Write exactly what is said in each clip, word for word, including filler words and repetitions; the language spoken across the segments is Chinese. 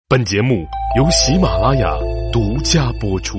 本节目由喜马拉雅独家播出。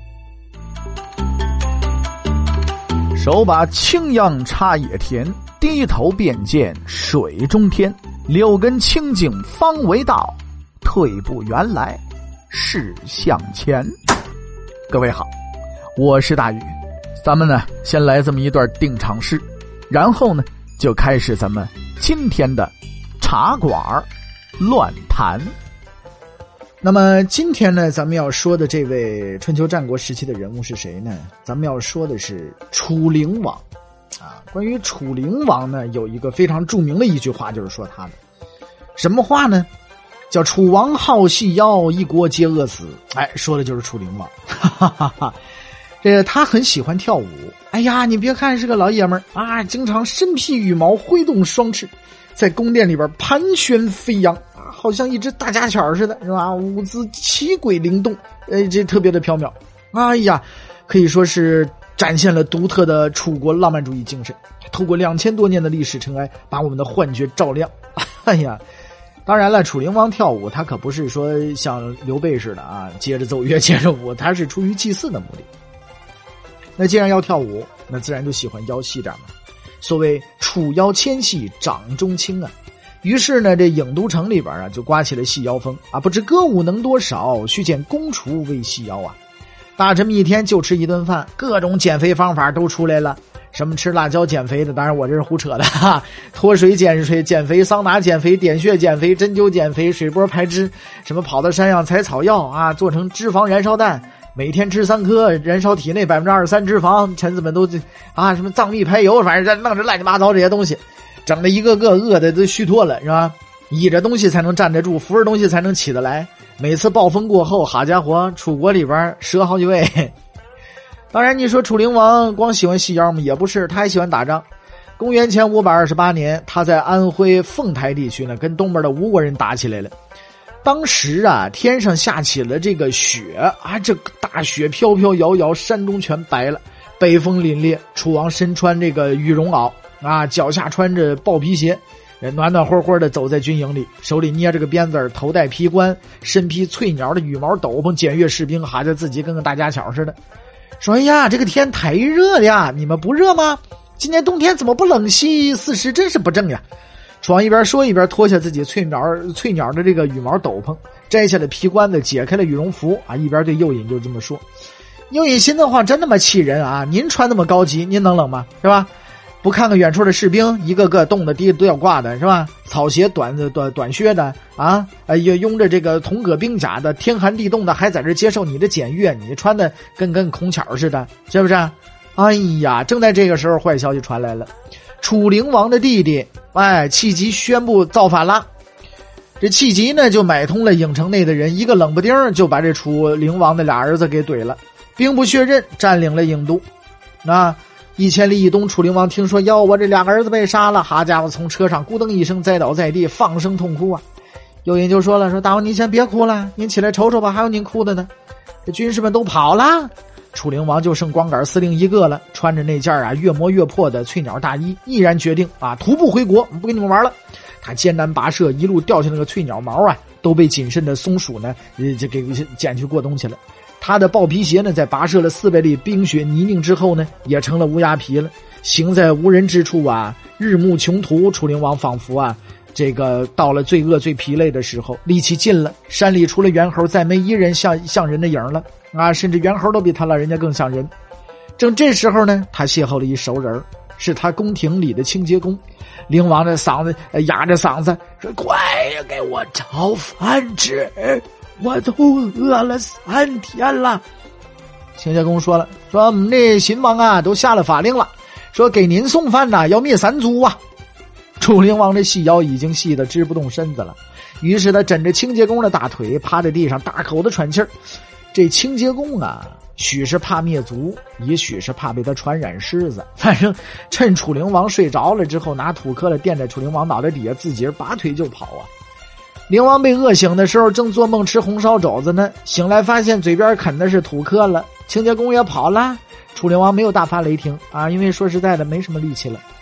手把青秧插野田，低头便见水中天。六根清净方为道，退步原来是向前。各位好，我是大宇，咱们呢先来这么一段定场诗，然后呢就开始咱们今天的茶馆乱谈。那么今天呢咱们要说的这位春秋战国时期的人物是谁呢？咱们要说的是楚灵王啊。关于楚灵王呢，有一个非常著名的一句话，就是说他的什么话呢？叫楚王好细腰，一国皆饿死。哎，说的就是楚灵王。哈哈哈，这个他很喜欢跳舞。哎呀，你别看是个老爷们儿啊，经常身披羽毛，挥动双翅，在宫殿里边盘旋飞扬啊，好像一只大家雀似的，是吧？舞姿奇诡灵动，呃，这特别的飘渺。哎呀，可以说是展现了独特的楚国浪漫主义精神，透过两千多年的历史尘埃，把我们的幻觉照亮。哎呀，当然了，楚灵王跳舞，他可不是说像刘备似的啊，接着奏乐接着舞，他是出于祭祀的目的。那既然要跳舞，那自然就喜欢腰细点嘛。所谓楚腰纤细，掌中轻啊。于是呢，这郢都城里边啊，就刮起了细腰风啊。不知歌舞能多少，须见公厨为细腰啊。大臣们一天就吃一顿饭，各种减肥方法都出来了。什么吃辣椒减肥的，当然我这是胡扯的哈。脱水减水减肥，桑拿减肥，点穴减肥，针灸减肥，水波排脂，什么跑到山上采草药啊，做成脂肪燃烧弹，每天吃三颗，燃烧体内百分之二十三脂肪。臣子们都啊，什么藏秘排油，反正弄着乱七八糟这些东西，整的一个个饿的都虚脱了，是吧？倚着东西才能站得住，扶着东西才能起得来。每次暴风过后，好家伙，楚国里边折好几位。当然你说楚灵王光喜欢细腰吗？也不是，他还喜欢打仗。公元前五百二十八年，他在安徽凤台地区呢，跟东边的吴国人打起来了。当时啊，天上下起了这个雪啊，这大雪飘飘摇摇，山中全白了，北风凛冽。楚王身穿这个羽绒袄啊，脚下穿着豹皮鞋，暖暖和和的走在军营里，手里捏着个鞭子，头戴披冠，身披翠鸟的羽毛斗篷，检阅士兵，哈着自己跟个大家巧似的。说哎呀，这个天太热了呀，你们不热吗？今年冬天怎么不冷些？四时真是不正呀。楚王一边说一边脱下自己翠鸟翠鸟的这个羽毛斗篷，摘下了皮冠子，解开了羽绒服啊，一边对右尹就这么说。右尹心的话真那么气人啊，您穿那么高级，您能冷吗？是吧？不看看远处的士兵，一个个冻得低都要挂的，是吧？草鞋短短短靴的啊，呃，拥着这个铜戈兵甲的，天寒地冻的，还在这接受你的检阅，你穿的跟跟孔巧似的，是不是？哎呀，正在这个时候，坏消息传来了，楚灵王的弟弟，哎，戚吉宣布造反了。这戚吉呢，就买通了郢城内的人，一个冷不丁就把这楚灵王的俩儿子给怼了，兵不血刃占领了郢都。啊。一千里以东，楚灵王听说哟，我这两个儿子被杀了，好家伙，从车上咕噔一声栽倒在地，放声痛哭啊。右尹就说了，说大王您先别哭了，您起来瞅瞅吧，还有您哭的呢。这军士们都跑了，楚灵王就剩光杆司令一个了，穿着那件啊越磨越破的翠鸟大衣，毅然决定啊徒步回国，不跟你们玩了。他艰难跋涉，一路掉下那个翠鸟毛啊，都被谨慎的松鼠呢就给捡去过冬去了。他的豹皮鞋呢，在跋涉了四百里冰雪泥泞之后呢，也成了乌鸦皮了。行在无人之处啊，日暮穷途，楚灵王仿佛啊，这个到了最饿最疲累的时候，力气尽了，山里除了猿猴，再没一人像像人的影了啊，甚至猿猴都比他老人家更像人。正这时候呢，他邂逅了一熟人，是他宫廷里的清洁工。灵王的嗓子、呃、哑着嗓子说：“快给我炒饭吃！我都饿了三天了。”清洁工说了，说我们这秦王啊都下了法令了，说给您送饭呐要灭三族啊。楚灵王的细腰已经细得支不动身子了，于是他枕着清洁工的大腿，趴在地上大口的喘气儿。这清洁工啊，许是怕灭族，也许是怕被他传染虱子，反正趁楚灵王睡着了之后，拿土坷了垫在楚灵王脑袋底下，自己拔腿就跑啊。灵王被饿醒的时候，正做梦吃红烧肘子呢，醒来发现嘴边啃的是土坷了，清洁工也跑了。楚灵王没有大发雷霆啊，因为说实在的没什么力气了。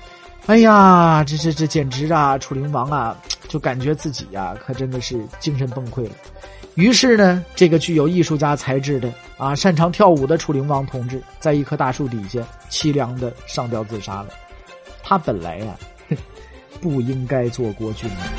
哎呀，这这这简直啊，楚灵王啊，就感觉自己呀、啊，可真的是精神崩溃了。于是呢，这个具有艺术家才智的啊，擅长跳舞的楚灵王同志，在一棵大树底下凄凉的上吊自杀了。他本来呀、啊，不应该做国君的。